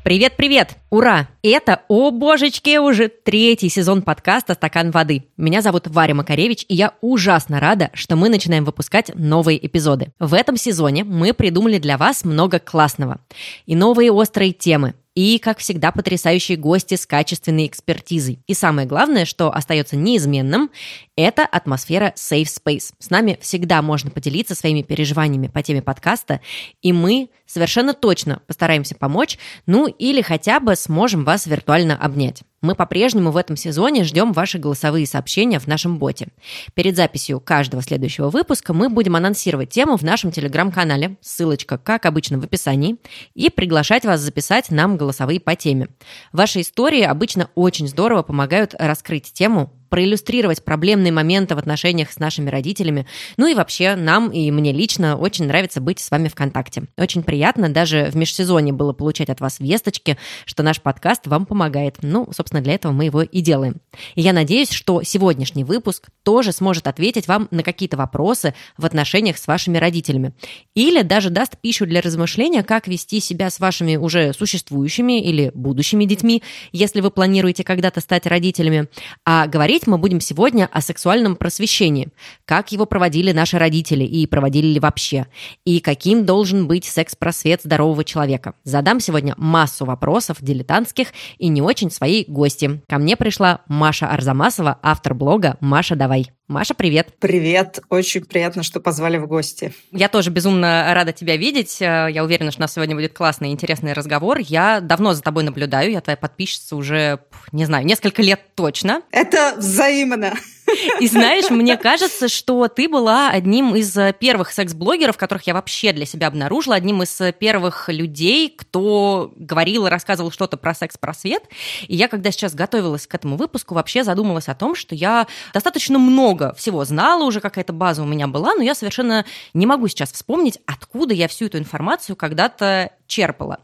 Привет-привет! Ура! Это, о божечки, уже 3-й сезон подкаста «Стакан воды». Меня зовут Варя Макаревич, и я ужасно рада, что мы начинаем выпускать новые эпизоды. В этом сезоне мы придумали для вас много классного. И новые острые темы, и, как всегда, потрясающие гости с качественной экспертизой. И самое главное, что остается неизменным, это атмосфера Safe Space. С нами всегда можно поделиться своими переживаниями по теме подкаста, и мы совершенно точно постараемся помочь, или хотя бы сможем вас виртуально обнять. Мы по-прежнему в этом сезоне ждем ваши голосовые сообщения в нашем боте. Перед записью каждого следующего выпуска мы будем анонсировать тему в нашем телеграм-канале, ссылочка, как обычно, в описании, и приглашать вас записать нам голосовые по теме. Ваши истории обычно очень здорово помогают раскрыть тему, проиллюстрировать проблемные моменты в отношениях с нашими родителями. И вообще нам и мне лично очень нравится быть с вами в контакте. Очень приятно даже в межсезонье было получать от вас весточки, что наш подкаст вам помогает. Собственно, для этого мы его и делаем. И я надеюсь, что сегодняшний выпуск тоже сможет ответить вам на какие-то вопросы в отношениях с вашими родителями. Или даже даст пищу для размышления, как вести себя с вашими уже существующими или будущими детьми, если вы планируете когда-то стать родителями. А говорить мы будем сегодня о сексуальном просвещении. Как его проводили наши родители и проводили ли вообще? И каким должен быть секс-просвет здорового человека? Задам сегодня массу вопросов дилетантских и не очень своей гости. Ко мне пришла Маша Арзамасова, автор блога «Маша, давай». Маша, привет. Привет. Очень приятно, что позвали в гости. Я тоже безумно рада тебя видеть. Я уверена, что у нас сегодня будет классный и интересный разговор. Я давно за тобой наблюдаю. Я твоя подписчица уже, несколько лет точно. Это взаимно. И знаешь, мне кажется, что ты была одним из первых секс-блогеров, которых я вообще для себя обнаружила, одним из первых людей, кто говорил и рассказывал что-то про секс-просвет. И я, когда сейчас готовилась к этому выпуску, вообще задумалась о том, что я достаточно много всего знала, уже какая-то база у меня была, но я совершенно не могу сейчас вспомнить, откуда я всю эту информацию когда-то черпала.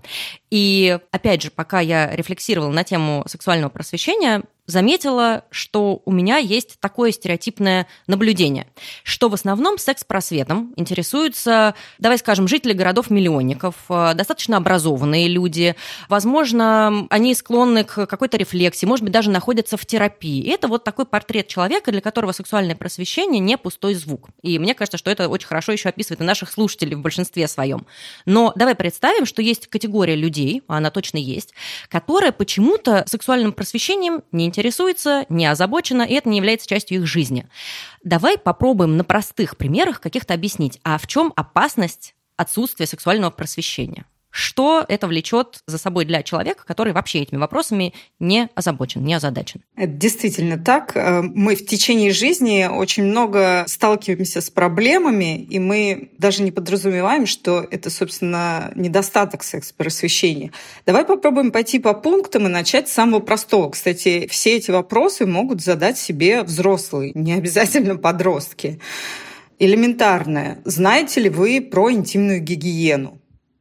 И, опять же, пока я рефлексировала на тему сексуального просвещения, заметила, что у меня есть такое стереотипное наблюдение, что в основном секс-просветом интересуются, давай скажем, жители городов-миллионников, достаточно образованные люди, возможно, они склонны к какой-то рефлексии, может быть, даже находятся в терапии. И это вот такой портрет человека, для которого сексуальное просвещение не пустой звук. И мне кажется, что это очень хорошо еще описывает и наших слушателей в большинстве своем. Но давай представим, что есть категория людей, а она точно есть, которая почему-то сексуальным просвещением не интересуется, не озабочена, и это не является частью их жизни. Давай попробуем на простых примерах каких-то объяснить, а в чем опасность отсутствия сексуального просвещения? Что это влечет за собой для человека, который вообще этими вопросами не озабочен, не озадачен? Это действительно так. Мы в течение жизни очень много сталкиваемся с проблемами, и мы даже не подразумеваем, что это, собственно, недостаток секс-просвещения. Давай попробуем пойти по пунктам и начать с самого простого. Кстати, все эти вопросы могут задать себе взрослые, не обязательно подростки. Элементарное. Знаете ли вы про интимную гигиену?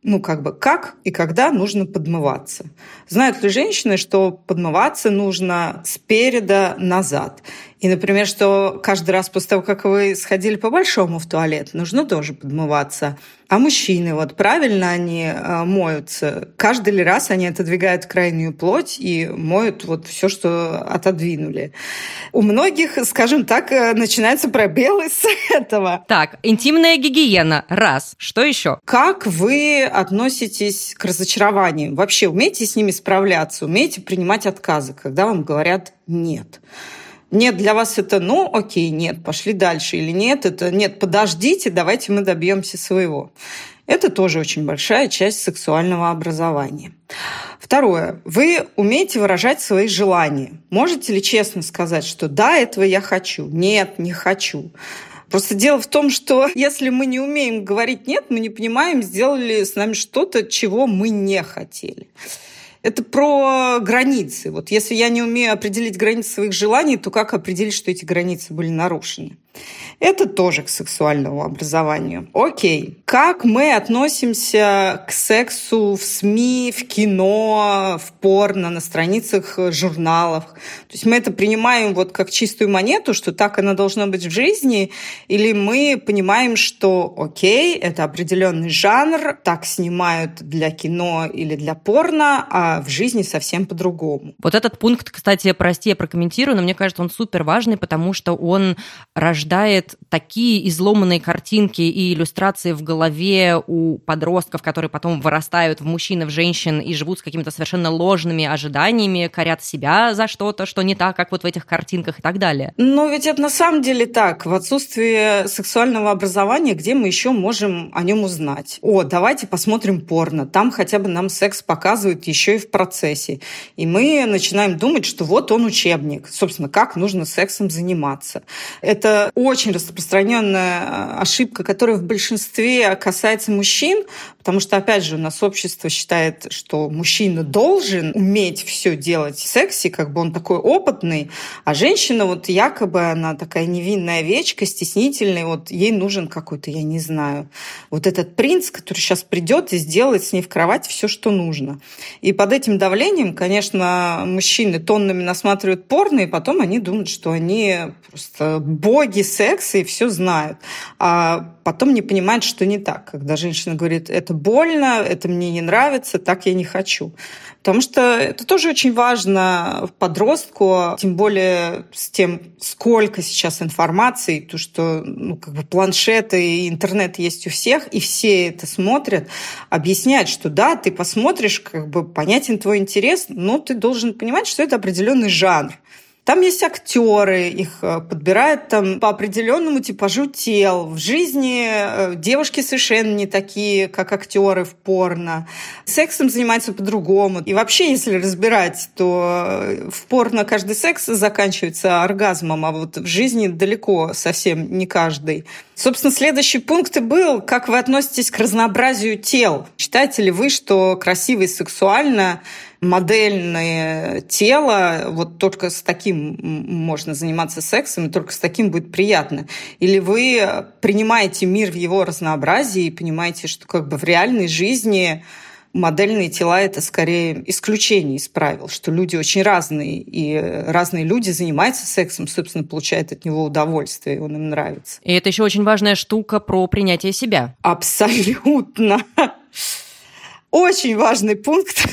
Как и когда нужно подмываться. Знают ли женщины, что подмываться нужно спереда назад? И, например, что каждый раз после того, как вы сходили по-большому в туалет, нужно тоже подмываться. А мужчины, правильно они моются? Каждый ли раз они отодвигают крайнюю плоть и моют все, что отодвинули? У многих, скажем так, начинаются пробелы с этого. Так, интимная гигиена. Раз. Что еще? Как вы относитесь к разочарованию? Вообще умеете с ними справляться? Умеете принимать отказы, когда вам говорят «нет»? Нет, для вас это окей, нет, пошли дальше. Или нет, это нет, подождите, давайте мы добьемся своего. Это тоже очень большая часть сексуального образования. Второе. Вы умеете выражать свои желания. Можете ли честно сказать, что да, этого я хочу, нет, не хочу? Просто дело в том, что если мы не умеем говорить «нет», мы не понимаем, сделали с нами что-то, чего мы не хотели. Это про границы. Если я не умею определить границы своих желаний, то как определить, что эти границы были нарушены? Это тоже к сексуальному образованию. Окей. Как мы относимся к сексу в СМИ, в кино, в порно, на страницах журналов? То есть мы это принимаем вот как чистую монету, что так оно должно быть в жизни, или мы понимаем, что окей, это определенный жанр, так снимают для кино или для порно, а в жизни совсем по-другому. Вот этот пункт, кстати, прости, я прокомментирую, но мне кажется, он супер важный, потому что он рождает такие изломанные картинки и иллюстрации в голове у подростков, которые потом вырастают в мужчин и в женщин и живут с какими-то совершенно ложными ожиданиями, корят себя за что-то, что не так, как вот в этих картинках и так далее. Но ведь это на самом деле так. В отсутствии сексуального образования, где мы еще можем о нем узнать? Давайте посмотрим порно. Там хотя бы нам секс показывают еще и в процессе. И мы начинаем думать, что вот он учебник. Собственно, как нужно сексом заниматься. Это очень распространенная ошибка, которая в большинстве касается мужчин, потому что, опять же, у нас общество считает, что мужчина должен уметь все делать в сексе, как бы он такой опытный, а женщина вот якобы она такая невинная овечка, стеснительная, вот ей нужен какой-то, я не знаю, вот этот принц, который сейчас придет и сделает с ней в кровати все, что нужно. И под этим давлением, конечно, мужчины тоннами насматривают порно, и потом они думают, что они просто боги секса и все знают. А потом не понимают, что не так. Когда женщина говорит, это больно, это мне не нравится, так я не хочу. Потому что это тоже очень важно подростку, тем более с тем, сколько сейчас информации, то, что планшеты и интернет есть у всех, и все это смотрят, объяснять, что да, ты посмотришь, понятен твой интерес, но ты должен понимать, что это определенный жанр. Там есть актеры, их подбирают там по определенному типажу тел. В жизни девушки совершенно не такие, как актеры в порно. Сексом занимаются по-другому. И вообще, если разбирать, то в порно каждый секс заканчивается оргазмом, а вот в жизни далеко совсем не каждый. Собственно, следующий пункт и был, как вы относитесь к разнообразию тел. Считаете ли вы, что красиво и сексуально модельное тело, вот только с таким можно заниматься сексом, и только с таким будет приятно? Или вы принимаете мир в его разнообразии и понимаете, что в реальной жизни модельные тела – это скорее исключение из правил, что люди очень разные, и разные люди занимаются сексом, собственно, получают от него удовольствие, и он им нравится. И это еще очень важная штука про принятие себя. Абсолютно. Очень важный пункт.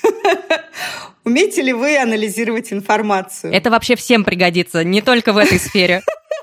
Умеете ли вы анализировать информацию? Это вообще всем пригодится, не только в этой сфере.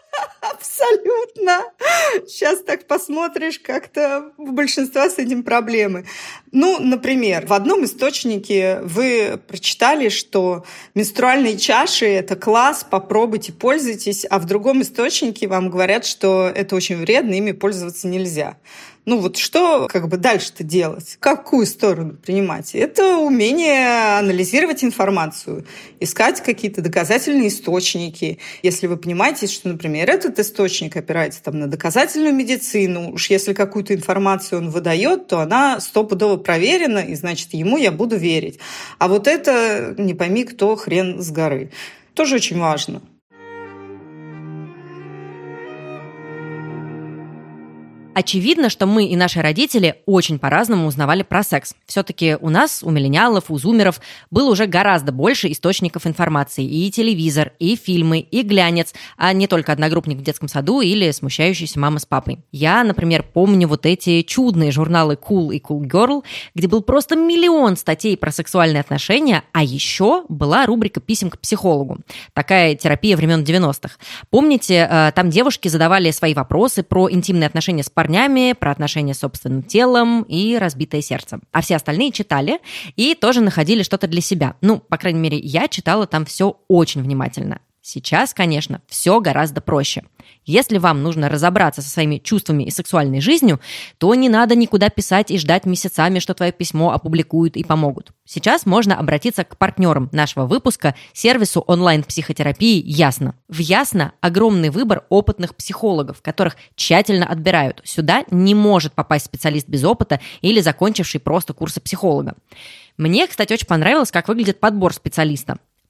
Абсолютно. Сейчас так посмотришь, как-то у большинства с этим проблемы. Например, в одном источнике вы прочитали, что менструальные чаши – это класс, попробуйте, пользуйтесь, а в другом источнике вам говорят, что это очень вредно, ими пользоваться нельзя. Что дальше-то делать? Какую сторону принимать? Это умение анализировать информацию, искать какие-то доказательные источники. Если вы понимаете, что, например, этот источник опирается на доказательную медицину, уж если какую-то информацию он выдает, то она стопудово проверена, и значит, ему я буду верить. А вот это не пойми кто, хрен с горы. Тоже очень важно. Очевидно, что мы и наши родители очень по-разному узнавали про секс. Все-таки у нас, у миллениалов, у зумеров, было уже гораздо больше источников информации. И телевизор, и фильмы, и глянец, а не только одногруппник в детском саду или смущающаяся мама с папой. Я, например, помню вот эти чудные журналы Cool и Cool Girl, где был просто миллион статей про сексуальные отношения, а еще была рубрика «Писем к психологу». Такая терапия времен 90-х. Помните, там девушки задавали свои вопросы про интимные отношения с парнями, про отношения с собственным телом и разбитое сердце. А все остальные читали и тоже находили что-то для себя. По крайней мере, я читала там все очень внимательно. Сейчас, конечно, все гораздо проще. Если вам нужно разобраться со своими чувствами и сексуальной жизнью, то не надо никуда писать и ждать месяцами, что твое письмо опубликуют и помогут. Сейчас можно обратиться к партнерам нашего выпуска, сервису онлайн-психотерапии «Ясно». В «Ясно» огромный выбор опытных психологов, которых тщательно отбирают. Сюда не может попасть специалист без опыта или закончивший просто курсы психолога. Мне, кстати, очень понравилось, как выглядит подбор специалиста.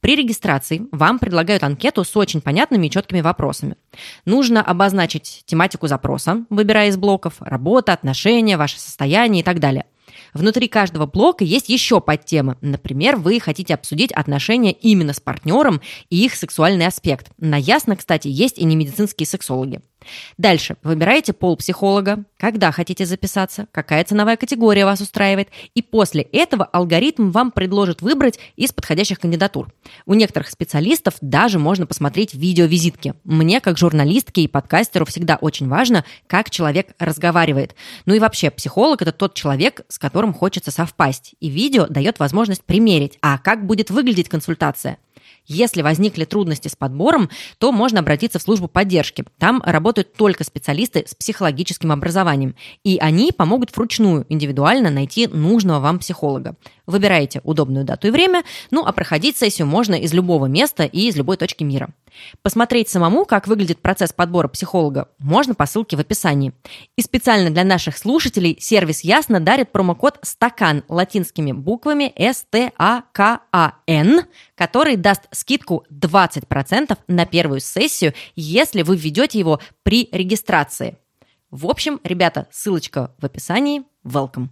При регистрации вам предлагают анкету с очень понятными и четкими вопросами. Нужно обозначить тематику запроса, выбирая из блоков работа, отношения, ваше состояние и так далее. Внутри каждого блока есть еще подтемы. Например, вы хотите обсудить отношения именно с партнером и их сексуальный аспект. На Ясно, кстати, есть и немедицинские сексологи. Дальше. Выбираете пол психолога, когда хотите записаться, какая ценовая категория вас устраивает, и после этого алгоритм вам предложит выбрать из подходящих кандидатур. У некоторых специалистов даже можно посмотреть видеовизитки. Мне, как журналистке и подкастеру, всегда очень важно, как человек разговаривает. Ну и вообще, психолог – это тот человек, с которым хочется совпасть, и видео дает возможность примерить, а как будет выглядеть консультация. Если возникли трудности с подбором, то можно обратиться в службу поддержки. Там работают только специалисты с психологическим образованием, и они помогут вручную, индивидуально найти нужного вам психолога. Выбираете удобную дату и время, а проходить сессию можно из любого места и из любой точки мира. Посмотреть самому, как выглядит процесс подбора психолога, можно по ссылке в описании. И специально для наших слушателей сервис Ясно дарит промокод «Стакан» латинскими буквами STAKAN, который даст скидку 20% на первую сессию, если вы введете его при регистрации. В общем, ребята, ссылочка в описании. Welcome!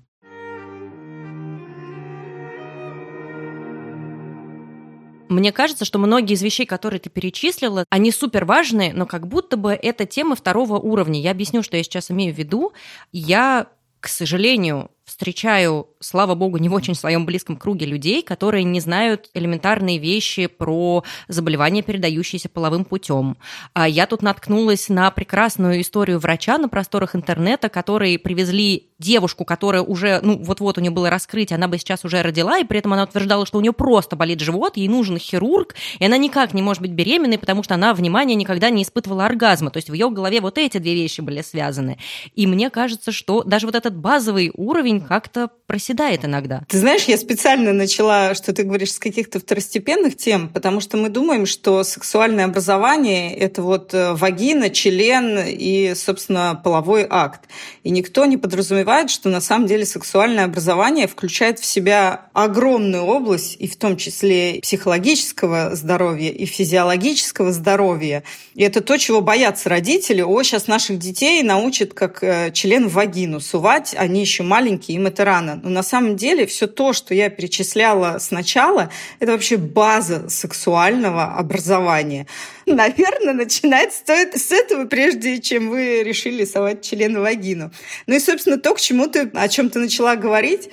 Мне кажется, что многие из вещей, которые ты перечислила, они супер важные, но как будто бы это темы второго уровня. Я объясню, что я сейчас имею в виду. Я, к сожалению, встречаю, слава богу, не в очень своем близком круге людей, которые не знают элементарные вещи про заболевания, передающиеся половым путем. Я тут наткнулась на прекрасную историю врача на просторах интернета, которые привезли девушку, которая уже, вот-вот у нее было раскрытие, она бы сейчас уже родила, и при этом она утверждала, что у нее просто болит живот, ей нужен хирург, и она никак не может быть беременной, потому что она, внимание, никогда не испытывала оргазма. То есть в ее голове вот эти две вещи были связаны. И мне кажется, что даже вот этот базовый уровень как-то проседает иногда. Ты знаешь, я специально начала, что ты говоришь, с каких-то второстепенных тем, потому что мы думаем, что сексуальное образование — это вот вагина, член и, собственно, половой акт. И никто не подразумевает, что на самом деле сексуальное образование включает в себя огромную область, и в том числе психологического здоровья, и физиологического здоровья. И это то, чего боятся родители. Сейчас наших детей научат как член в вагину сувать, они еще маленькие, им это рано. Но на самом деле все то, что я перечисляла сначала, это вообще база сексуального образования. Наверное, начинать стоит с этого, прежде чем вы решили совать член в вагину. Ну и, собственно, то, о чем ты начала говорить.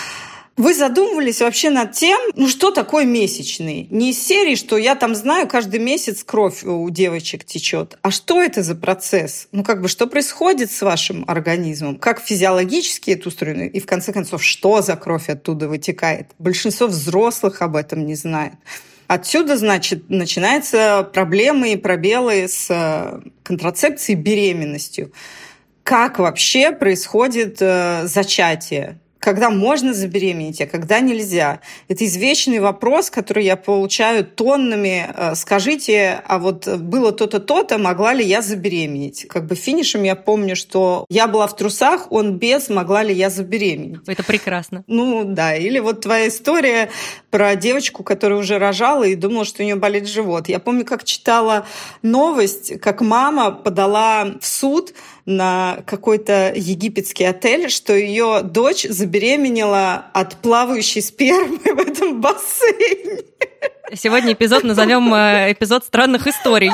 Вы задумывались вообще над тем, что такое месячный? Не из серии, что я там знаю, каждый месяц кровь у девочек течет. А что это за процесс? Что происходит с вашим организмом? Как физиологически это устроено? И, в конце концов, что за кровь оттуда вытекает? Большинство взрослых об этом не знает. Отсюда, начинаются проблемы и пробелы с контрацепцией, беременностью. Как вообще происходит зачатие? Когда можно забеременеть, а когда нельзя? Это извечный вопрос, который я получаю тоннами. Скажите, а вот было то-то, то-то, могла ли я забеременеть? Финишем я помню, что я была в трусах, он без, могла ли я забеременеть? Это прекрасно. Да. Или вот твоя история про девочку, которая уже рожала и думала, что у нее болит живот. Я помню, как читала новость, как мама подала в суд на какой-то египетский отель, что ее дочь забеременела от плавающей спермы в этом бассейне. Сегодня эпизод назовем эпизод странных историй.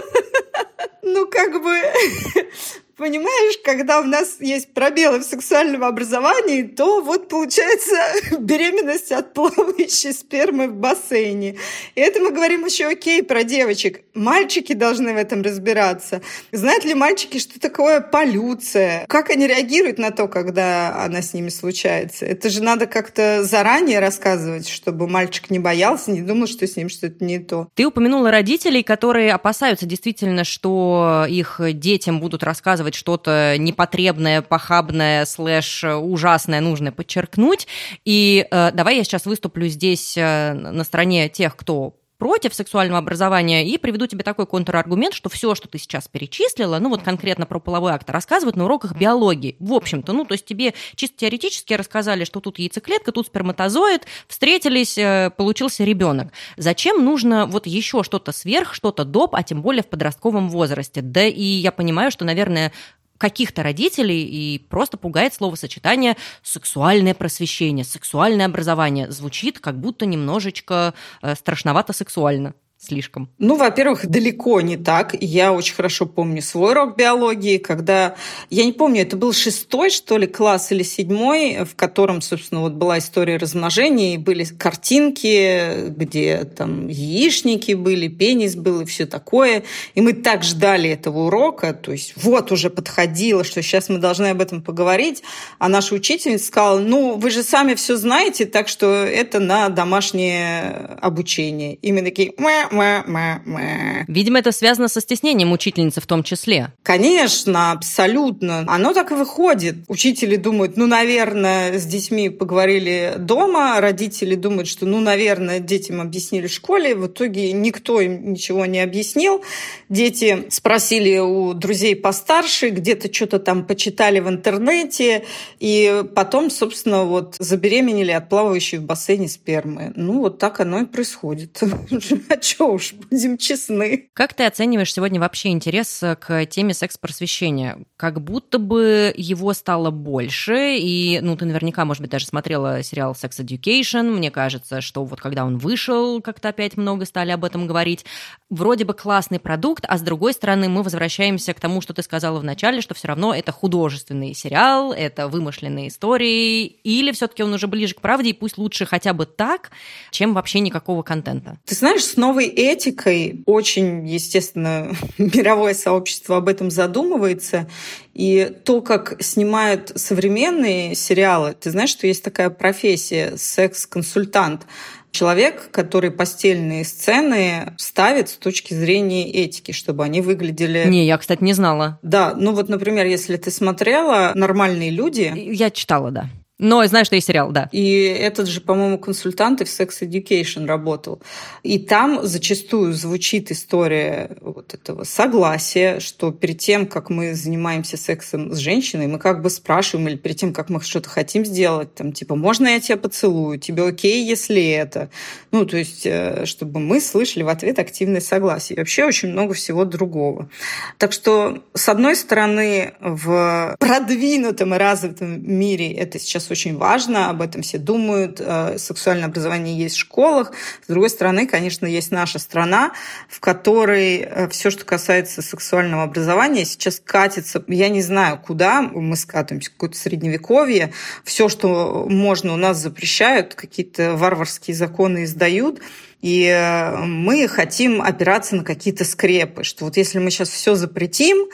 Понимаешь, когда у нас есть пробелы в сексуальном образовании, то вот получается беременность от плавающей спермы в бассейне. И это мы говорим еще окей про девочек. Мальчики должны в этом разбираться. Знают ли мальчики, что такое полюция? Как они реагируют на то, когда она с ними случается? Это же надо как-то заранее рассказывать, чтобы мальчик не боялся, не думал, что с ним что-то не то. Ты упомянула родителей, которые опасаются действительно, что их детям будут рассказывать что-то непотребное, похабное, ужасное, нужно подчеркнуть. И давай я сейчас выступлю здесь на стороне тех, кто против сексуального образования и приведу тебе такой контраргумент, что все, что ты сейчас перечислила, ну вот конкретно про половой акт, рассказывают на уроках биологии. В общем-то, ну то есть тебе чисто теоретически рассказали, что тут яйцеклетка, тут сперматозоид, встретились, получился ребенок. Зачем нужно вот еще что-то сверх, что-то доп, а тем более в подростковом возрасте? Да и я понимаю, что, наверное, каких-то родителей и просто пугает словосочетание «сексуальное просвещение», «сексуальное образование». Звучит как будто немножечко страшновато сексуально. Слишком. Ну, во-первых, далеко не так. Я очень хорошо помню свой урок биологии, когда, я не помню, это был 6-й, что ли, класс или 7-й, в котором, собственно, вот была история размножения, и были картинки, где там яичники были, пенис был и все такое. И мы так ждали этого урока, то есть вот уже подходило, что сейчас мы должны об этом поговорить, а наша учительница сказала, ну, вы же сами все знаете, так что это на домашнее обучение. И мы такие... Видимо, это связано со стеснением учительницы в том числе. Конечно, абсолютно. Оно так и выходит. Учители думают, ну, наверное, с детьми поговорили дома, родители думают, что, ну, наверное, детям объяснили в школе. В итоге никто им ничего не объяснил. Дети спросили у друзей постарше, где-то что-то там почитали в интернете, и потом, собственно, вот забеременели от плавающей в бассейне спермы. Ну, вот так оно и происходит. А что уж, будем честны. Как ты оцениваешь сегодня вообще интерес к теме секс-просвещения? Как будто бы его стало больше, и, ну, ты наверняка, может быть, даже смотрела сериал Sex Education. Мне кажется, что вот когда он вышел, как-то опять много стали об этом говорить. Вроде бы классный продукт, а с другой стороны мы возвращаемся к тому, что ты сказала в начале, что все равно это художественный сериал, это вымышленные истории, или все-таки он уже ближе к правде, и пусть лучше хотя бы так, чем вообще никакого контента? Ты знаешь, с новой этикой очень, естественно, мировое сообщество об этом задумывается. И то, как снимают современные сериалы, ты знаешь, что есть такая профессия – секс-консультант. Человек, который постельные сцены ставит с точки зрения этики, чтобы они выглядели... Не, я, кстати, не знала. Да, ну вот, например, если ты смотрела «Нормальные люди». Я читала, да. Но знаю, что есть сериал, да. И этот же, по-моему, консультант и в Sex Education работал. И там зачастую звучит история вот этого согласия, что перед тем, как мы занимаемся сексом с женщиной, мы как бы спрашиваем, или перед тем, как мы что-то хотим сделать, там, типа, можно я тебя поцелую? Тебе окей, если это? Ну, то есть, чтобы мы слышали в ответ активное согласие. И вообще очень много всего другого. Так что, с одной стороны, в продвинутом и развитом мире это сейчас очень важно, об этом все думают, сексуальное образование есть в школах. С другой стороны, конечно, есть наша страна, в которой все, что касается сексуального образования, сейчас катится, я не знаю, куда мы скатываемся, какое-то средневековье. Все, что можно, у нас запрещают, какие-то варварские законы издают. И мы хотим опираться на какие-то скрепы, что вот если мы сейчас все запретим,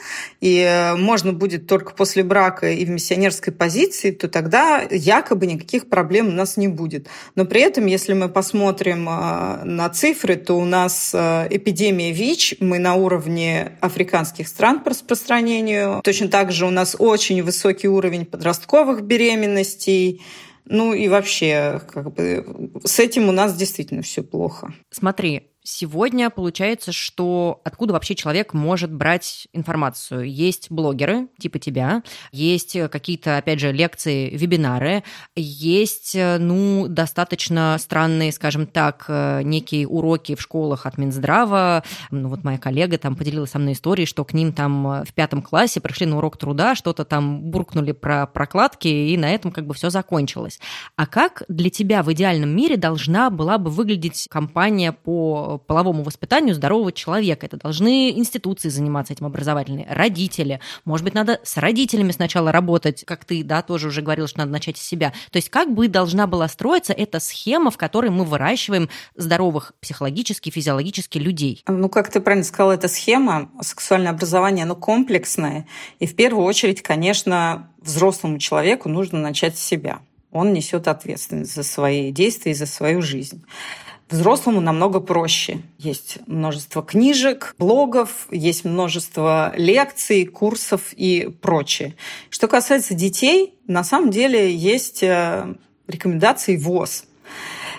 и можно будет только после брака и в миссионерской позиции, то тогда якобы никаких проблем у нас не будет. Но при этом, если мы посмотрим на цифры, то у нас эпидемия ВИЧ, мы на уровне африканских стран по распространению. Точно так же у нас очень высокий уровень подростковых беременностей. Ну и вообще, как бы, с этим у нас действительно все плохо. Смотри, сегодня получается, что откуда вообще человек может брать информацию? Есть блогеры типа тебя, есть какие-то, опять же, лекции, вебинары, есть, ну, достаточно странные, скажем так, некие уроки в школах от Минздрава. Ну, вот моя коллега там поделилась со мной историей, что к ним там в 5 классе пришли на урок труда, что-то там буркнули про прокладки, и на этом как бы все закончилось. А как для тебя в идеальном мире должна была бы выглядеть кампания по половому воспитанию здорового человека? Это должны институции заниматься этим, образовательные, родители. Может быть, надо с родителями сначала работать, как ты, да, тоже уже говорил, что надо начать с себя. То есть как бы должна была строиться эта схема, в которой мы выращиваем здоровых психологически, физиологически людей? Ну, как ты правильно сказала, эта схема, сексуальное образование, оно комплексное. И в первую очередь, конечно, взрослому человеку нужно начать с себя. Он несет ответственность за свои действия и за свою жизнь. Взрослому намного проще. Есть множество книжек, блогов, есть множество лекций, курсов и прочее. Что касается детей, на самом деле есть рекомендации ВОЗ.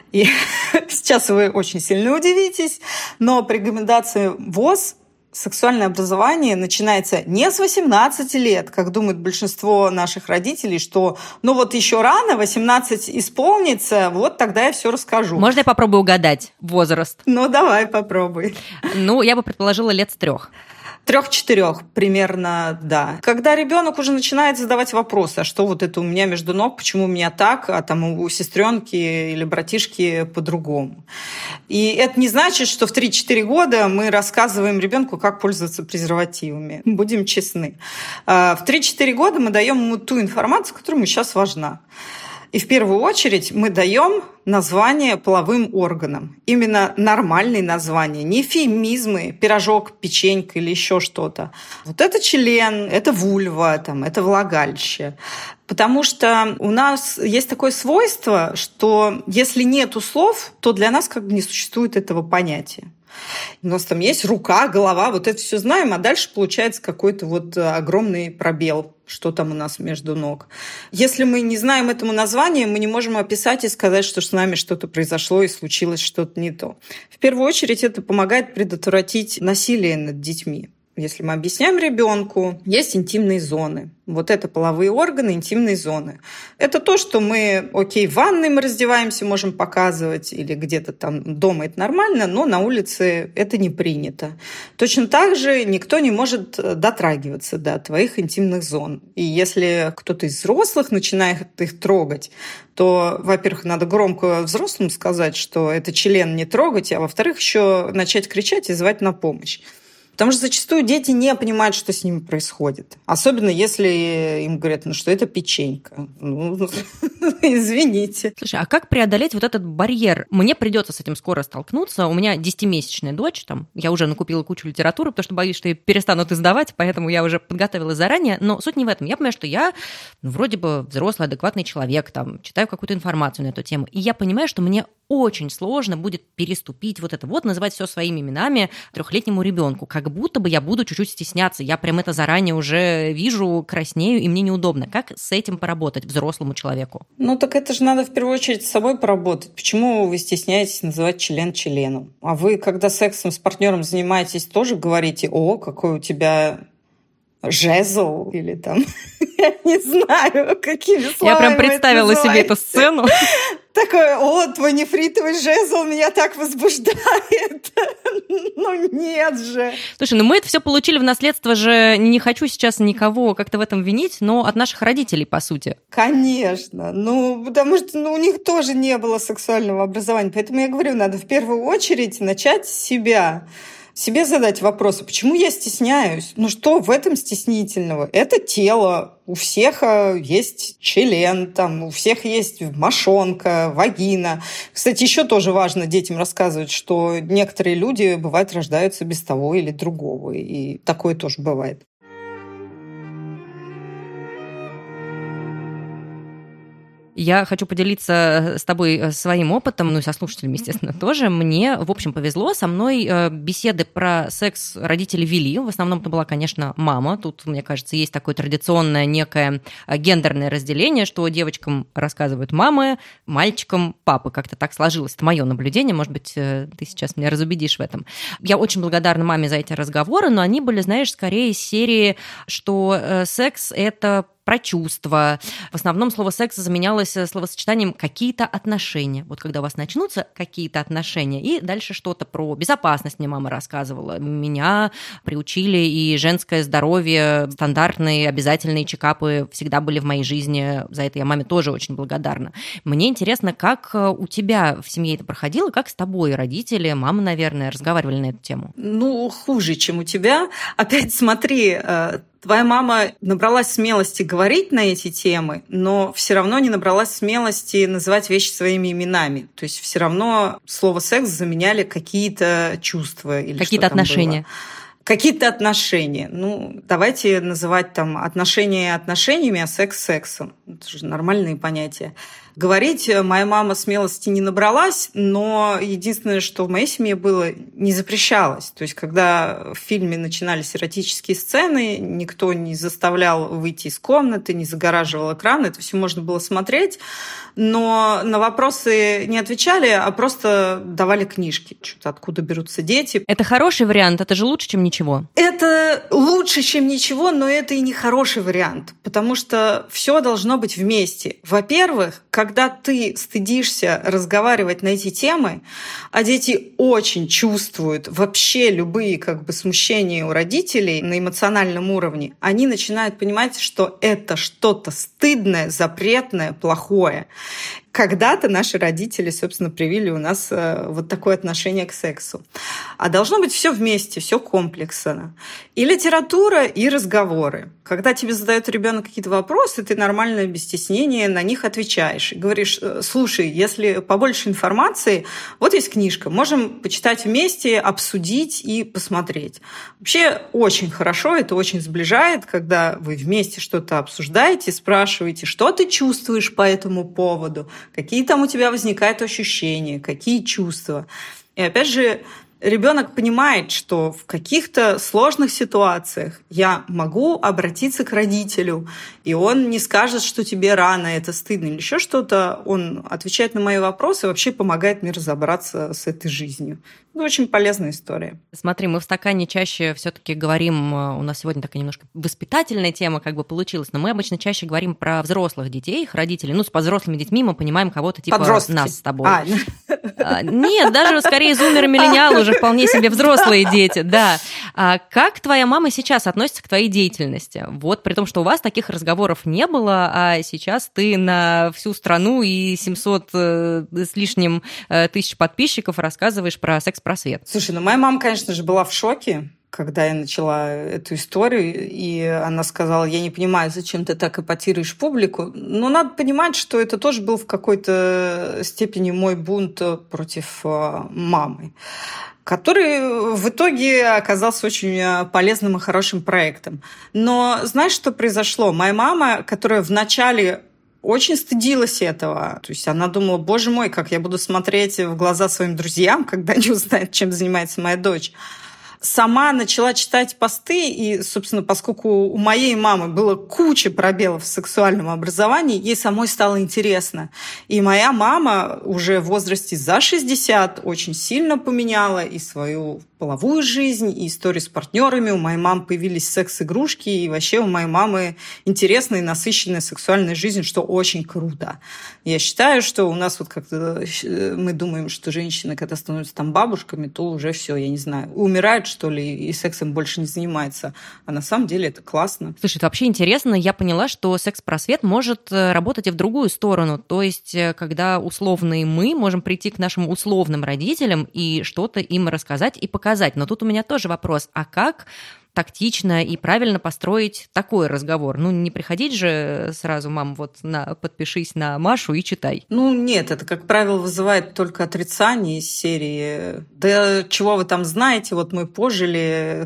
И сейчас вы очень сильно удивитесь, но при рекомендации ВОЗ сексуальное образование начинается не с 18 лет, как думает большинство наших родителей, что ну вот еще рано, 18 исполнится, вот тогда я все расскажу. Можно я попробую угадать возраст? Ну, давай попробуй. Ну, я бы предположила лет с 3. 3-4 примерно, да. Когда ребенок уже начинает задавать вопросы, а что вот это у меня между ног, почему у меня так, а там у сестренки или братишки по-другому. И это не значит, что в 3-4 года мы рассказываем ребенку, как пользоваться презервативами. Будем честны. В 3-4 года мы даем ему ту информацию, которая ему сейчас важна. И в первую очередь мы даем название половым органам. Именно нормальные названия, не эвфемизмы, пирожок, печенька или еще что-то. Вот это член, это вульва, там, это влагалище. Потому что у нас есть такое свойство, что если нету слов, то для нас как бы не существует этого понятия. У нас там есть рука, голова, вот это все знаем, а дальше получается какой-то вот огромный пробел, что там у нас между ног. Если мы не знаем этому названия, мы не можем описать и сказать, что с нами что-то произошло и случилось что-то не то. В первую очередь это помогает предотвратить насилие над детьми. Если мы объясняем ребенку, есть интимные зоны. Вот это половые органы, интимные зоны. Это то, что мы, в ванной мы раздеваемся, можем показывать, или где-то там дома это нормально, но на улице это не принято. Точно так же никто не может дотрагиваться до твоих интимных зон. И если кто-то из взрослых начинает их трогать, то, во-первых, надо громко взрослым сказать, что это член не трогать, а во-вторых, еще начать кричать и звать на помощь. Потому что зачастую дети не понимают, что с ними происходит. Особенно если им говорят, что это печенька. Извините. Слушай, а как преодолеть вот этот барьер? Мне придется с этим скоро столкнуться. У меня 10-месячная дочь. Я уже накупила кучу литературы, потому что боюсь, что ее перестанут издавать, поэтому я уже подготовилась заранее. Но суть не в этом. Я понимаю, что я вроде бы взрослый, адекватный человек, читаю какую-то информацию на эту тему. И я понимаю, что мне очень сложно будет переступить вот это называть все своими именами 3-летнему ребенку, как будто бы я буду чуть-чуть стесняться. Я прям это заранее уже вижу, краснею, и мне неудобно. Как с этим поработать взрослому человеку? Так это же надо в первую очередь с собой поработать. Почему вы стесняетесь называть член членом? А вы, когда сексом с партнером занимаетесь, тоже говорите: о, какой у тебя жезл, или там, я не знаю, какими словами. Я прям представила себе эту сцену. Такой: твой нефритовый жезл меня так возбуждает. Нет же. Слушай, мы это все получили в наследство же, не хочу сейчас никого как-то в этом винить, но от наших родителей, по сути. Конечно. Потому что у них тоже не было сексуального образования. Поэтому я говорю, надо в первую очередь начать с себя. Себе задать вопрос: почему я стесняюсь? Что в этом стеснительного? Это тело. У всех есть член, у всех есть мошонка, вагина. Кстати, еще тоже важно детям рассказывать, что некоторые люди, бывает, рождаются без того или другого. И такое тоже бывает. Я хочу поделиться с тобой своим опытом, и со слушателями, естественно, тоже. Мне, в общем, повезло. Со мной беседы про секс родители вели. В основном это была, конечно, мама. Тут, мне кажется, есть такое традиционное некое гендерное разделение, что девочкам рассказывают мамы, мальчикам папы. Как-то так сложилось. Это мое наблюдение. Может быть, ты сейчас меня разубедишь в этом. Я очень благодарна маме за эти разговоры, но они были, знаешь, скорее из серии, что секс – это про чувства. В основном слово «секс» заменялось словосочетанием «какие-то отношения». Вот когда у вас начнутся какие-то отношения, и дальше что-то про безопасность мне мама рассказывала. Меня приучили, и женское здоровье, стандартные обязательные чекапы всегда были в моей жизни. За это я маме тоже очень благодарна. Мне интересно, как у тебя в семье это проходило, как с тобой родители, мама, наверное, разговаривали на эту тему? Хуже, чем у тебя. Опять смотри, твоя мама набралась смелости говорить на эти темы, но все равно не набралась смелости называть вещи своими именами. То есть все равно слово «секс» заменяли какие-то чувства или какие-то отношения. какие-то отношения. Ну, давайте называть там отношения отношениями, а секс сексом. Это же нормальные понятия. Говорить моя мама смелости не набралась, но единственное, что в моей семье было, не запрещалось. То есть, когда в фильме начинались эротические сцены, никто не заставлял выйти из комнаты, не загораживал экран, это все можно было смотреть, но на вопросы не отвечали, а просто давали книжки. Что-то откуда берутся дети. Это хороший вариант, это же лучше, чем ничего. Это лучше, чем ничего, но это и не хороший вариант, потому что все должно быть вместе. Во-первых, когда ты стыдишься разговаривать на эти темы, а дети очень чувствуют вообще любые смущения у родителей на эмоциональном уровне, они начинают понимать, что это что-то стыдное, запретное, плохое. Когда-то наши родители, собственно, привили у нас вот такое отношение к сексу. А должно быть все вместе, все комплексно. И литература, и разговоры. Когда тебе задает ребенок какие-то вопросы, ты нормально, без стеснения на них отвечаешь. И говоришь: слушай, если побольше информации, вот есть книжка, можем почитать вместе, обсудить и посмотреть. Вообще очень хорошо, это очень сближает, когда вы вместе что-то обсуждаете, спрашиваете, что ты чувствуешь по этому поводу, какие там у тебя возникают ощущения, какие чувства. И опять же, ребенок понимает, что в каких-то сложных ситуациях я могу обратиться к родителю, и он не скажет, что тебе рано, это стыдно или еще что-то. Он отвечает на мои вопросы и вообще помогает мне разобраться с этой жизнью. Это очень полезная история. Смотри, мы в «Стакане» чаще все-таки говорим, у нас сегодня такая немножко воспитательная тема получилась, но мы обычно чаще говорим про взрослых детей, их родителей. Ну, с взрослыми детьми мы понимаем кого-то типа подростки. Нас с тобой. Нет, даже скорее зумеры-миллениалы, уже вполне себе взрослые дети, да. А как твоя мама сейчас относится к твоей деятельности? Вот, при том, что у вас таких разговоров не было, а сейчас ты на всю страну и 700 с лишним тысяч подписчиков рассказываешь про секс-просвет. Слушай, моя мама, конечно же, была в шоке, когда я начала эту историю, и она сказала: я не понимаю, зачем ты так эпатируешь публику. Но надо понимать, что это тоже был в какой-то степени мой бунт против мамы, который в итоге оказался очень полезным и хорошим проектом. Но знаешь, что произошло? Моя мама, которая вначале очень стыдилась этого. То есть она думала: боже мой, как я буду смотреть в глаза своим друзьям, когда они узнают, чем занимается моя дочь. Сама начала читать посты, и, собственно, поскольку у моей мамы было куча пробелов в сексуальном образовании, ей самой стало интересно. И моя мама уже в возрасте за 60 очень сильно поменяла и свою половую жизнь, и истории с партнерами. У моей мамы появились секс-игрушки, и вообще у моей мамы интересная и насыщенная сексуальная жизнь, что очень круто. Я считаю, что у нас как-то мы думаем, что женщины, когда становятся там бабушками, то уже все, я не знаю, умирают, что ли, и сексом больше не занимается. А на самом деле это классно. Слушай, это вообще интересно. Я поняла, что секс-просвет может работать и в другую сторону. То есть, когда условные мы можем прийти к нашим условным родителям и что-то им рассказать и показать. Но тут у меня тоже вопрос. А как тактично и правильно построить такой разговор? Ну, не приходить же сразу: мам, подпишись на Машу и читай. Ну, нет, это, как правило, вызывает только отрицание из серии: да чего вы там знаете, вот мы пожили.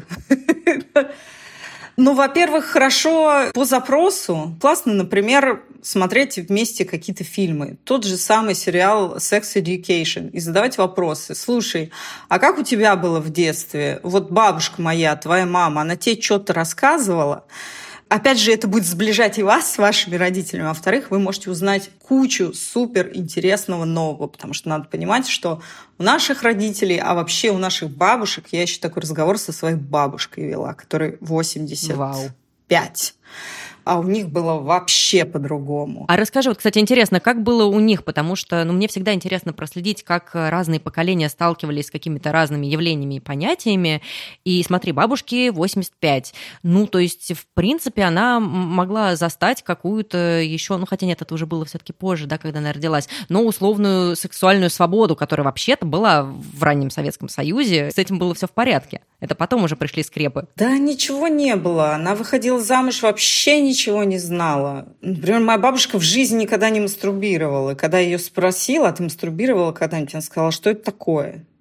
Ну, во-первых, хорошо по запросу. Классно, например, смотреть вместе какие-то фильмы. Тот же самый сериал Sex Education. И задавать вопросы. Слушай, а как у тебя было в детстве? Вот бабушка моя, твоя мама, она тебе что-то рассказывала? Опять же, это будет сближать и вас с вашими родителями. А во-вторых, вы можете узнать кучу супер интересного нового. Потому что надо понимать, что у наших родителей, а вообще у наших бабушек, я еще такой разговор со своей бабушкой вела, которой 85. Вау. А у них было вообще по-другому. А расскажи, кстати, интересно, как было у них? Потому что мне всегда интересно проследить, как разные поколения сталкивались с какими-то разными явлениями и понятиями. И смотри, бабушке 85. Ну, то есть, в принципе, она могла застать какую-то еще, хотя нет, это уже было все-таки позже, да, когда она родилась, но условную сексуальную свободу, которая вообще-то была в раннем Советском Союзе. С этим было все в порядке. Это потом уже пришли скрепы. Да, ничего не было. Она выходила замуж, вообще ничего не знала. Например, моя бабушка в жизни никогда не мастурбировала. Когда я ее спросила: а ты мастурбировала когда-нибудь? Она сказала: что это такое?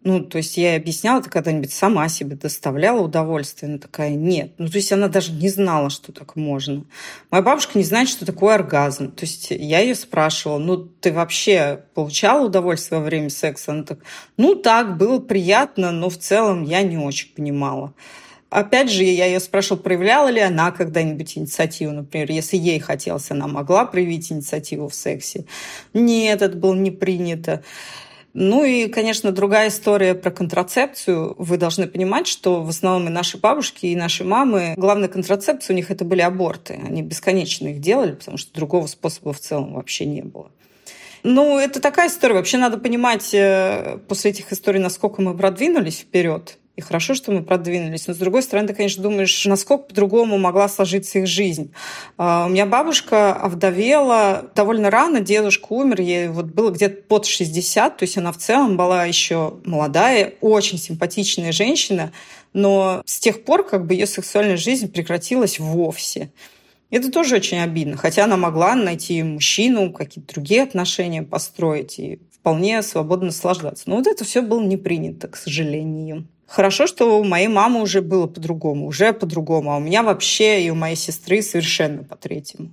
Ну, то есть я ей объясняла, ты когда-нибудь сама себе доставляла удовольствие? Она такая, нет. Ну, то есть она даже не знала, что так можно. Моя бабушка не знает, что такое оргазм. То есть я ее спрашивала, ну, ты вообще получала удовольствие во время секса? Она так, ну, так, было приятно, но в целом я не очень понимала. Опять же, я ее спрашивала, проявляла ли она когда-нибудь инициативу, например, если ей хотелось, она могла проявить инициативу в сексе. Нет, это было не принято. Ну и, конечно, другая история про контрацепцию. Вы должны понимать, что в основном и наши бабушки, и наши мамы, главная контрацепция у них это были аборты. Они бесконечно их делали, потому что другого способа в целом вообще не было. Ну, это такая история. Вообще надо понимать после этих историй, насколько мы продвинулись вперед. И хорошо, что мы продвинулись. Но, с другой стороны, ты, конечно, думаешь, насколько по-другому могла сложиться их жизнь. У меня бабушка овдовела довольно рано, дедушка умер, ей вот было где-то под 60, то есть она в целом была еще молодая, очень симпатичная женщина, но с тех пор как бы ее сексуальная жизнь прекратилась вовсе. Это тоже очень обидно, хотя она могла найти мужчину, какие-то другие отношения построить и вполне свободно наслаждаться. Но вот это все было не принято, к сожалению. Хорошо, что у моей мамы уже было по-другому, а у меня вообще и у моей сестры совершенно по-третьему.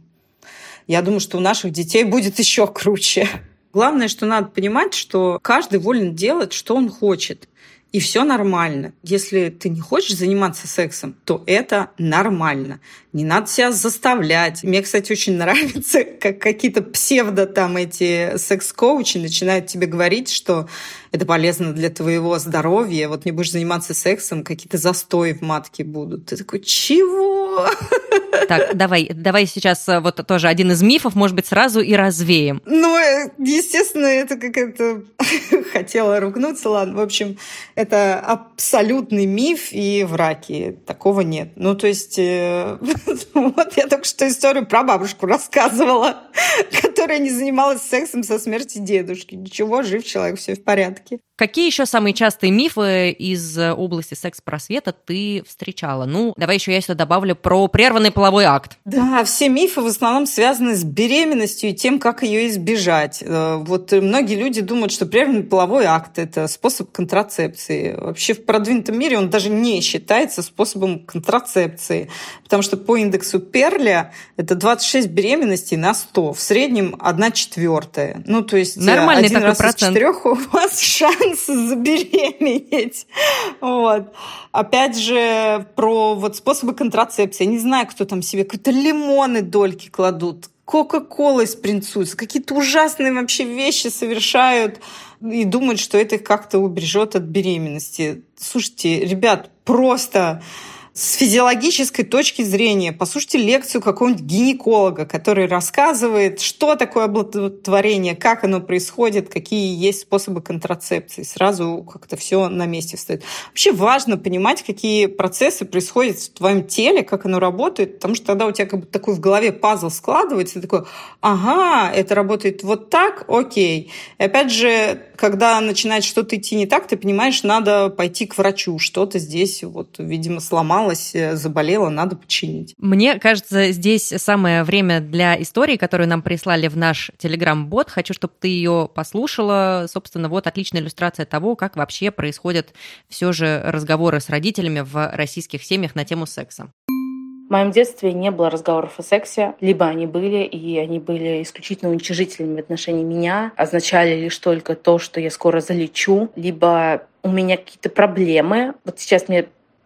Я думаю, что у наших детей будет еще круче. Главное, что надо понимать, что каждый волен делать, что он хочет. И все нормально. Если ты не хочешь заниматься сексом, то это нормально. Не надо себя заставлять. Мне, кстати, очень нравится, как какие-то псевдо там эти секс-коучи начинают тебе говорить, что это полезно для твоего здоровья. Вот не будешь заниматься сексом, какие-то застои в матке будут. Ты такой, чего? Так, давай сейчас вот тоже один из мифов, может быть, сразу и развеем. Ну, естественно, это какая-то... Хотела ругнуться, ладно. В общем, это абсолютный миф и враки. Такого нет. Ну, то есть... Вот я только что историю про бабушку рассказывала, которая не занималась сексом со смерти дедушки. Ничего, жив человек, все в порядке. Какие еще самые частые мифы из области секс-просвета ты встречала? Ну, давай еще я сюда добавлю про прерванный половой акт. Да, все мифы в основном связаны с беременностью и тем, как ее избежать. Вот многие люди думают, что прерванный половой акт – это способ контрацепции. Вообще в продвинутом мире он даже не считается способом контрацепции, потому что по индексу Перля это 26 беременностей на 100, в среднем 1/4. Ну, то есть нормальный один такой раз процент. из 4 у вас шанс забеременеть. Вот. Опять же, про вот способы контрацепции. Я не знаю, кто там себе какие-то лимоны дольки кладут, кока-колой спринцуются, какие-то ужасные вообще вещи совершают и думают, что это их как-то убережет от беременности. Слушайте, ребят, просто... С физиологической точки зрения послушайте лекцию какого-нибудь гинеколога, который рассказывает, что такое оплодотворение, как оно происходит, какие есть способы контрацепции. Сразу как-то все на месте встает. Вообще важно понимать, какие процессы происходят в твоем теле, как оно работает, потому что тогда у тебя как бы такой в голове пазл складывается, и такой, ага, это работает вот так, окей. И опять же, когда начинает что-то идти не так, ты понимаешь, надо пойти к врачу, что-то здесь вот, видимо, сломалось, заболело, надо починить. Мне кажется, здесь самое время для истории, которую нам прислали в наш Telegram-бот. Хочу, чтобы ты ее послушала. Собственно, вот отличная иллюстрация того, как вообще происходят все же разговоры с родителями в российских семьях на тему секса. В моем детстве не было разговоров о сексе. Либо они были, и они были исключительно уничижительными в отношении меня, означали лишь только то, что я скоро залечу, либо у меня какие-то проблемы. Вот сейчас мне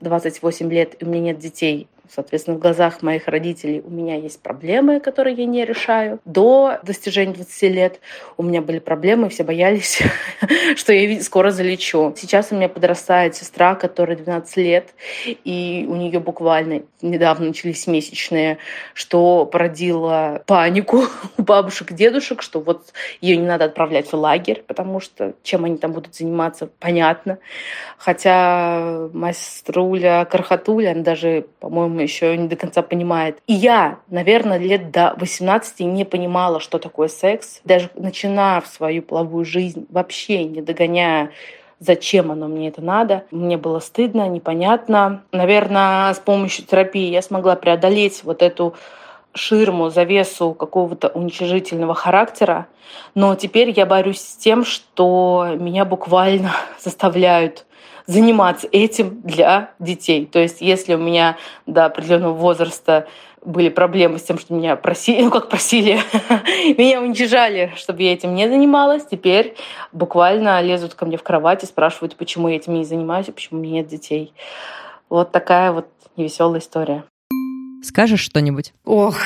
28 лет, и у меня нет детей. Соответственно, в глазах моих родителей у меня есть проблемы, которые я не решаю. До достижения 20 лет у меня были проблемы, все боялись, что я скоро залечу. Сейчас у меня подрастает сестра, которой 12 лет, и у нее буквально недавно начались месячные, что породило панику у бабушек и дедушек, что вот ее не надо отправлять в лагерь, потому что чем они там будут заниматься, понятно. Хотя моя сеструля Кархатуля, она даже, по-моему, еще не до конца понимает. И я, наверное, лет до 18 не понимала, что такое секс. Даже начинав свою половую жизнь, вообще не догоняя, зачем оно мне это надо. Мне было стыдно, непонятно. Наверное, с помощью терапии я смогла преодолеть вот эту ширму, завесу какого-то уничижительного характера, но теперь я борюсь с тем, что меня буквально заставляют заниматься этим для детей. То есть если у меня до определенного возраста были проблемы с тем, что меня просили, меня уничижали, чтобы я этим не занималась, теперь буквально лезут ко мне в кровать и спрашивают, почему я этим не занимаюсь и почему у меня нет детей. Вот такая вот невеселая история. Скажешь что-нибудь? Ох,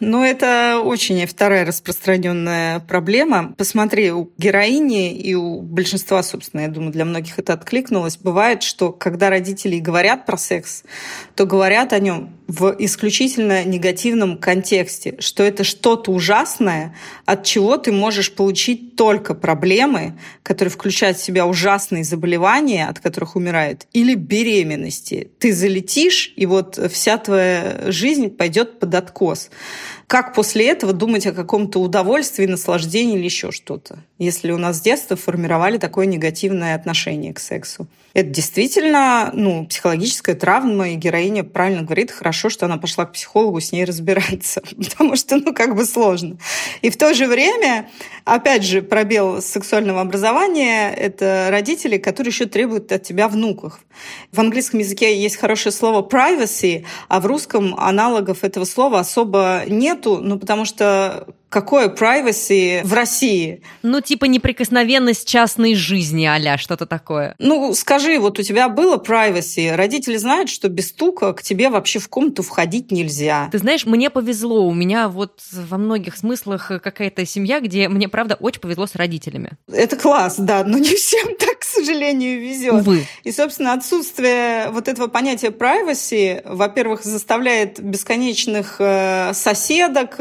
это очень вторая распространенная проблема. Посмотри, у героини и у большинства, собственно, я думаю, для многих это откликнулось. Бывает, что когда родители говорят про секс, то говорят о нем в исключительно негативном контексте, что это что-то ужасное, от чего ты можешь получить только проблемы, которые включают в себя ужасные заболевания, от которых умирают, или беременности. Ты залетишь, и вот вся твоя жизнь пойдет под откос. Как после этого думать о каком-то удовольствии, наслаждении или еще что-то, если у нас с детства формировали такое негативное отношение к сексу? Это действительно психологическая травма, и героиня правильно говорит, хорошо, что она пошла к психологу с ней разбираться, потому что, сложно. И в то же время, опять же, пробел сексуального образования — это родители, которые еще требуют от тебя внуков. В английском языке есть хорошее слово privacy, а в русском аналогов этого слова особо нету, потому что какое privacy в России? Неприкосновенность частной жизни, а-ля что-то такое. Скажи, вот у тебя было privacy? Родители знают, что без стука к тебе вообще в комнату входить нельзя. Ты знаешь, мне повезло. У меня во многих смыслах какая-то семья, где мне, правда, очень повезло с родителями. Это класс, да, но не всем так, к сожалению, везет. Увы. И, собственно, отсутствие вот этого понятия privacy, во-первых, заставляет бесконечных соседок,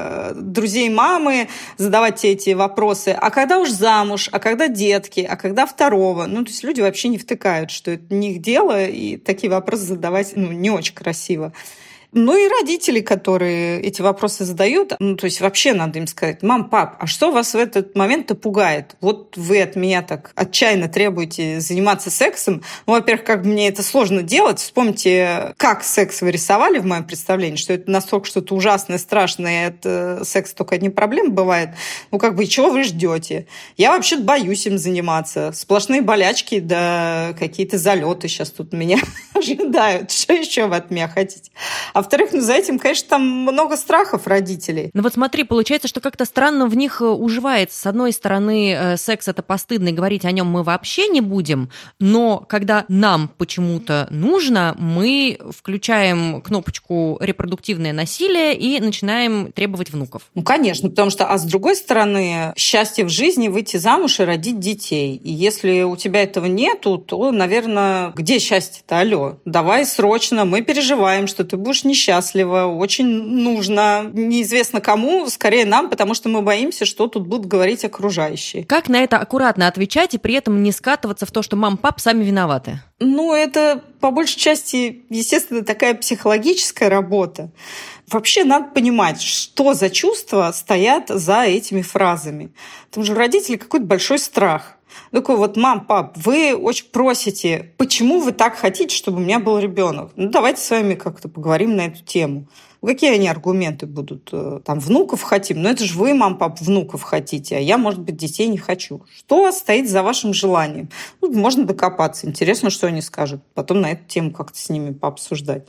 друзей мамы задавать тебе эти вопросы. А когда уж замуж? А когда детки? А когда второго? То есть люди вообще не втыкают, что это не их дело, и такие вопросы задавать не очень красиво. И родители, которые эти вопросы задают, то есть вообще надо им сказать: мам, пап, а что вас в этот момент-то пугает? Вот вы от меня так отчаянно требуете заниматься сексом. Во-первых, как бы мне это сложно делать. Вспомните, как секс вы рисовали в моем представлении, что это настолько что-то ужасное, страшное, и от секса только одни проблемы бывают. И чего вы ждете? Я вообще-то боюсь им заниматься. Сплошные болячки, да какие-то залеты сейчас тут меня ожидают. Что еще вы от меня хотите? А во-вторых, за этим, конечно, там много страхов родителей. Смотри, получается, что как-то странно в них уживается. С одной стороны, секс — это постыдно, и говорить о нем мы вообще не будем, но когда нам почему-то нужно, мы включаем кнопочку «репродуктивное насилие» и начинаем требовать внуков. Конечно, потому что, а с другой стороны, счастье в жизни — выйти замуж и родить детей. И если у тебя этого нету, то, наверное, где счастье-то? Алло, давай срочно, мы переживаем, что ты будешь несчастлива, очень нужно, неизвестно кому, скорее нам, потому что мы боимся, что тут будут говорить окружающие. Как на это аккуратно отвечать и при этом не скатываться в то, что мам, пап сами виноваты? Это по большей части, естественно, такая психологическая работа. Вообще надо понимать, что за чувства стоят за этими фразами. Потому что у родителей какой-то большой страх. Такой мам, пап, вы очень просите, почему вы так хотите, чтобы у меня был ребенок? Давайте с вами как-то поговорим на эту тему. Какие они аргументы будут? Там, внуков хотим? Это же вы, мам, пап, внуков хотите, а я, может быть, детей не хочу. Что стоит за вашим желанием? Можно докопаться. Интересно, что они скажут. Потом на эту тему как-то с ними пообсуждать.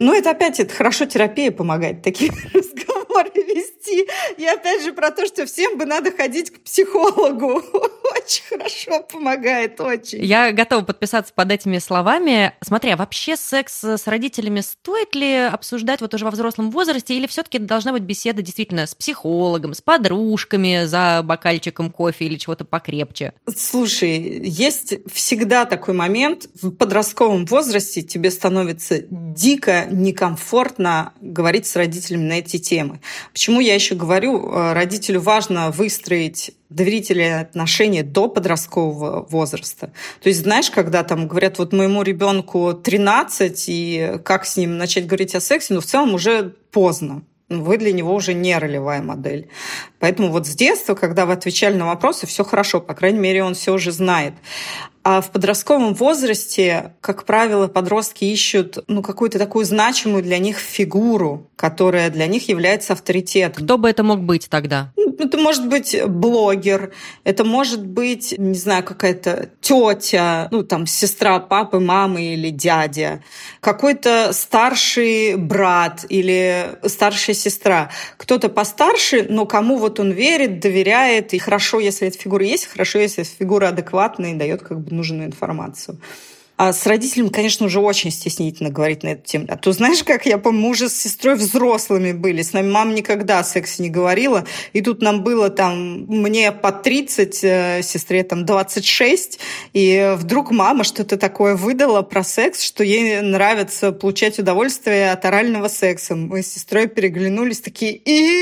Это хорошо терапия помогает такие разговоры вести. И опять же про то, что всем бы надо ходить к психологу. Очень хорошо помогает, очень. Я готова подписаться под этими словами. Смотри, а вообще секс с родителями стоит ли обсуждать уже во взрослом возрасте, или все-таки должна быть беседа действительно с психологом, с подружками за бокальчиком кофе или чего-то покрепче? Слушай, есть всегда такой момент. В подростковом возрасте тебе становится дико некомфортно говорить с родителями на эти темы. Почему я еще говорю, родителю важно выстроить доверительные отношения до подросткового возраста. То есть, знаешь, когда там говорят, моему ребенку 13, и как с ним начать говорить о сексе, в целом уже поздно. вы для него уже не ролевая модель. Поэтому вот с детства, когда вы отвечали на вопросы, все хорошо, по крайней мере, он все уже знает. А в подростковом возрасте, как правило, подростки ищут какую-то такую значимую для них фигуру, которая для них является авторитетом. Кто бы это мог быть тогда? Это может быть блогер, это может быть, не знаю, какая-то тетя, сестра папы, мамы или дядя, какой-то старший брат или старшая сестра. Кто-то постарше, но кому вот он верит, доверяет. И хорошо, если эта фигура есть, хорошо, если эта фигура адекватная и дает нужную информацию. А с родителями, конечно, уже очень стеснительно говорить на эту тему. А то знаешь, как я помню, мы уже с сестрой взрослыми были. С нами мама никогда о сексе не говорила. И тут нам было мне по 30, сестре 26. И вдруг мама что-то такое выдала про секс, что ей нравится получать удовольствие от орального секса. Мы с сестрой переглянулись, такие: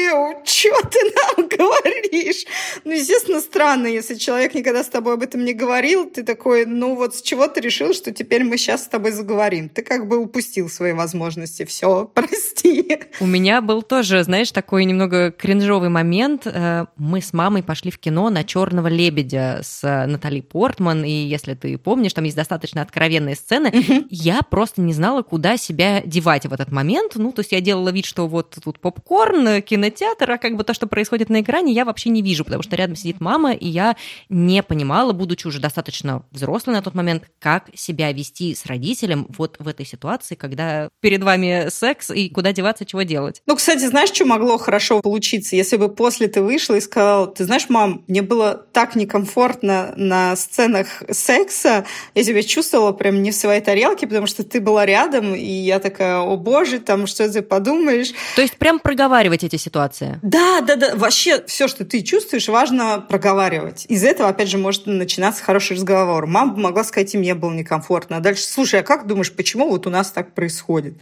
что ты нам говоришь? Естественно, странно, если человек никогда с тобой об этом не говорил. Ты такой: с чего ты решил, что теперь мы сейчас с тобой заговорим? Ты упустил свои возможности. Все, прости. У меня был тоже, знаешь, такой немного кринжовый момент. Мы с мамой пошли в кино на «Черного лебедя» с Натали Портман, и если ты помнишь, там есть достаточно откровенные сцены. Я просто не знала, куда себя девать в этот момент. То есть я делала вид, что вот тут попкорн, кинотеатр, а то, что происходит на экране, я вообще не вижу, потому что рядом сидит мама, и я не понимала, будучи уже достаточно взрослой на тот момент, как себя вести с родителем вот в этой ситуации, когда перед вами секс, и куда деваться, чего делать. Кстати, знаешь, что могло хорошо получиться, если бы после ты вышла и сказала: ты знаешь, мам, мне было так некомфортно на сценах секса, я себя чувствовала прям не в своей тарелке, потому что ты была рядом, и я такая: о боже, что ты подумаешь. То есть прям проговаривать эти ситуации? Да. Вообще все, что ты чувствуешь, важно проговаривать. Из этого, опять же, может начинаться хороший разговор. Мама бы могла сказать: и мне было некомфортно. А дальше: слушай, а как думаешь, почему вот у нас так происходит?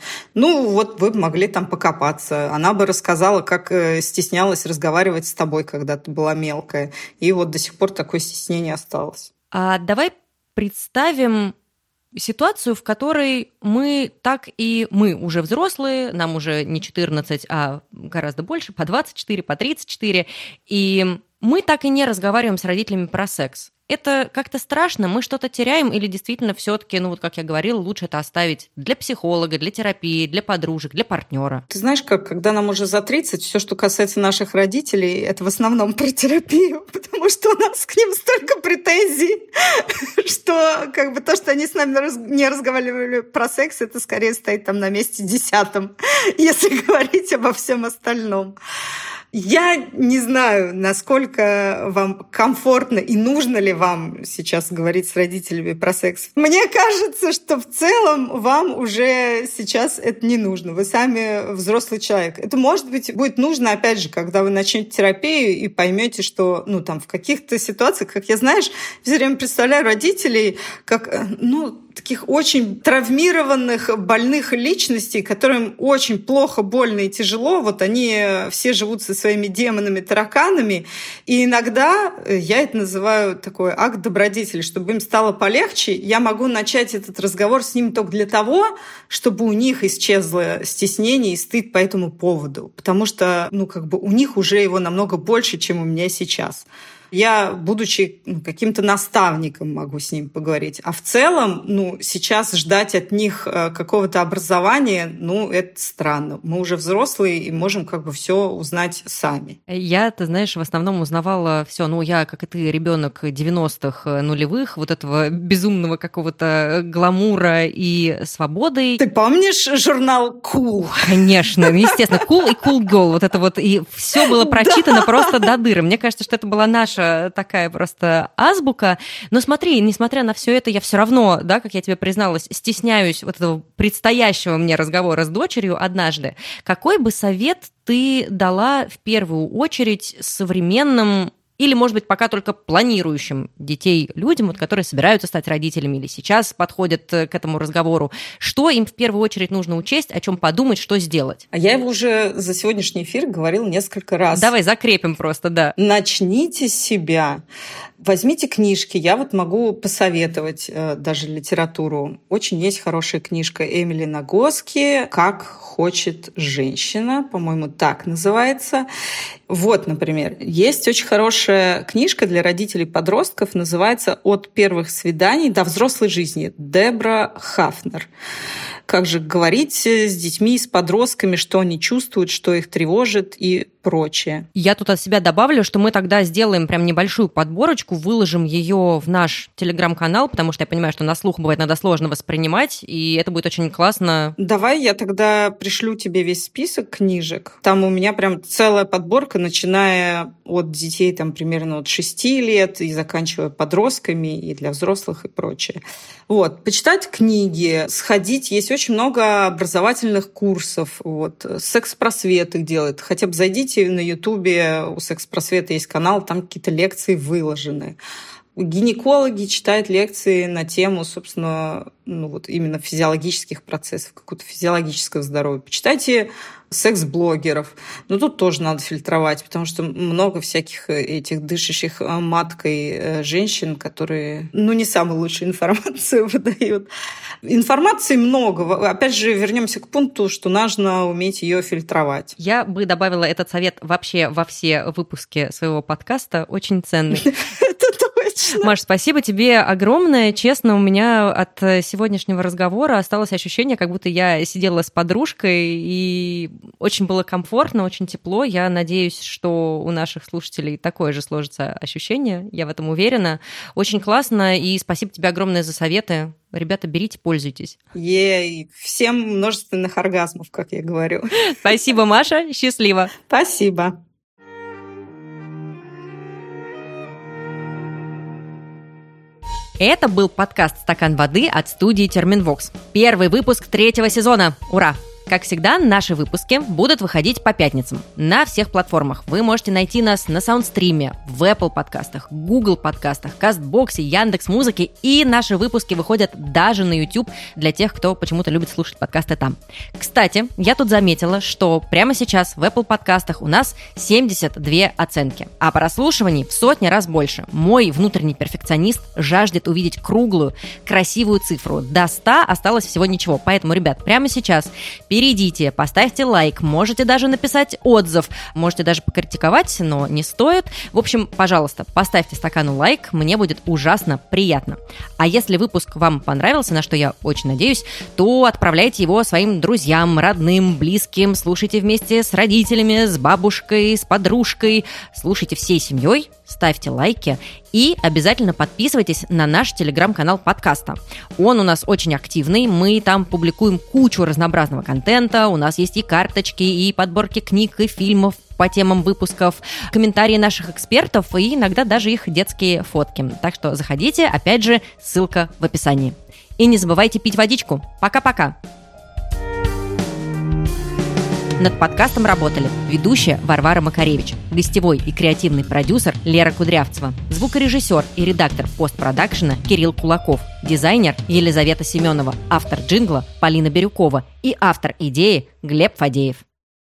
Вы могли там покопаться. Она бы рассказала, как стеснялась разговаривать с тобой, когда ты была мелкая. И вот до сих пор такое стеснение осталось. А давай представим ситуацию, в которой мы уже взрослые, нам уже не 14, а гораздо больше, по 24, по 34, и мы так и не разговариваем с родителями про секс. Это как-то страшно, мы что-то теряем или действительно все-таки, как я говорила, лучше это оставить для психолога, для терапии, для подружек, для партнера? Ты знаешь, когда нам уже за 30, все, что касается наших родителей, это в основном про терапию, потому что у нас к ним столько претензий, что то, что они с нами не разговаривали про секс, это скорее стоит на месте 10-м, если говорить обо всем остальном. Я не знаю, насколько вам комфортно и нужно ли вам сейчас говорить с родителями про секс. Мне кажется, что в целом вам уже сейчас это не нужно. Вы сами взрослый человек. Это, может быть, будет нужно, опять же, когда вы начнете терапию и поймете, что в каких-то ситуациях, как я, знаешь, все время представляю родителей как, таких очень травмированных, больных личностей, которым очень плохо, больно и тяжело. Вот они все живут со своими демонами, тараканами. И иногда я это называю такой акт добродетели. Чтобы им стало полегче, я могу начать этот разговор с ними только для того, чтобы у них исчезло стеснение и стыд по этому поводу. Потому что, у них уже его намного больше, чем у меня сейчас. Я, будучи каким-то наставником, могу с ним поговорить. А в целом, сейчас ждать от них какого-то образования, это странно. Мы уже взрослые и можем все узнать сами. Я, ты знаешь, в основном узнавала все. Я, как и ты, ребенок 90-х нулевых, вот этого безумного какого-то гламура и свободы. Ты помнишь журнал Cool? Конечно, естественно, Cool и Cool Girl. Вот это и все было прочитано просто до дыры. Мне кажется, что это была наша такая просто азбука. Но смотри, несмотря на все это, я все равно, как я тебе призналась, стесняюсь вот этого предстоящего мне разговора с дочерью однажды. Какой бы совет ты дала в первую очередь современным Или, может быть, пока только планирующим детей людям, вот, которые собираются стать родителями или сейчас подходят к этому разговору, что им в первую очередь нужно учесть, о чем подумать, что сделать? А я его уже за сегодняшний эфир говорила несколько раз. Давай закрепим просто, да. Начните с себя. Возьмите книжки. Я вот могу посоветовать даже литературу. Очень есть хорошая книжка Эмили Нагоски «Как хочет женщина», по-моему, так называется. Вот, например, есть очень хорошая книжка для родителей-подростков, называется «От первых свиданий до взрослой жизни», Дебра Хафнер. Как же говорить с детьми, с подростками, что они чувствуют, что их тревожит и прочее. Я тут от себя добавлю, что мы тогда сделаем прям небольшую подборочку, выложим ее в наш телеграм-канал, потому что я понимаю, что на слух бывает иногда сложно воспринимать, и это будет очень классно. Давай я тогда пришлю тебе весь список книжек. Там у меня прям целая подборка, начиная от детей там примерно от 6 лет и заканчивая подростками, и для взрослых, и прочее. Вот. Почитать книги, сходить. Есть очень много образовательных курсов. Вот. Секс-просвет их делает. Хотя бы зайдите на Ютубе, у Секс-просвета есть канал, там какие-то лекции выложены. Гинекологи читают лекции на тему, собственно, вот именно физиологических процессов, какого-то физиологического здоровья. Почитайте секс-блогеров. Но тут тоже надо фильтровать, потому что много всяких этих дышащих маткой женщин, которые, не самую лучшую информацию выдают. Информации много. Опять же, вернемся к пункту, что нужно уметь ее фильтровать. Я бы добавила этот совет вообще во все выпуски своего подкаста. Очень ценный. Маш, спасибо тебе огромное. Честно, у меня от сегодняшнего разговора осталось ощущение, как будто я сидела с подружкой, и очень было комфортно, очень тепло. Я надеюсь, что у наших слушателей такое же сложится ощущение. Я в этом уверена. Очень классно, и спасибо тебе огромное за советы. Ребята, берите, пользуйтесь. Всем множественных оргазмов, как я говорю. Спасибо, Маша. Счастливо. Спасибо. Это был подкаст «Стакан воды» от студии Терминвокс. Первый выпуск 3-го сезона. Ура! Как всегда, наши выпуски будут выходить по пятницам на всех платформах. Вы можете найти нас на Саундстриме, в Apple подкастах, Google подкастах, Кастбоксе, Яндекс.Музыке, и наши выпуски выходят даже на YouTube для тех, кто почему-то любит слушать подкасты там. Кстати, я тут заметила, что прямо сейчас в Apple подкастах у нас 72 оценки, а прослушиваний в сотни раз больше. Мой внутренний перфекционист жаждет увидеть круглую, красивую цифру. До 100 осталось всего ничего, поэтому, ребят, прямо сейчас перейдите, поставьте лайк, можете даже написать отзыв, можете даже покритиковать, но не стоит. В общем, пожалуйста, поставьте стакану лайк, мне будет ужасно приятно. А если выпуск вам понравился, на что я очень надеюсь, то отправляйте его своим друзьям, родным, близким, слушайте вместе с родителями, с бабушкой, с подружкой, слушайте всей семьей, ставьте лайки и обязательно подписывайтесь на наш телеграм-канал подкаста. Он у нас очень активный, мы там публикуем кучу разнообразного контента, у нас есть и карточки, и подборки книг, и фильмов по темам выпусков, комментарии наших экспертов и иногда даже их детские фотки. Так что заходите, опять же, ссылка в описании. И не забывайте пить водичку. Пока-пока! Над подкастом работали ведущая Варвара Макаревич, гостевой и креативный продюсер Лера Кудрявцева, звукорежиссер и редактор постпродакшена Кирилл Кулаков, дизайнер Елизавета Семенова, автор джингла Полина Бирюкова и автор идеи Глеб Фадеев.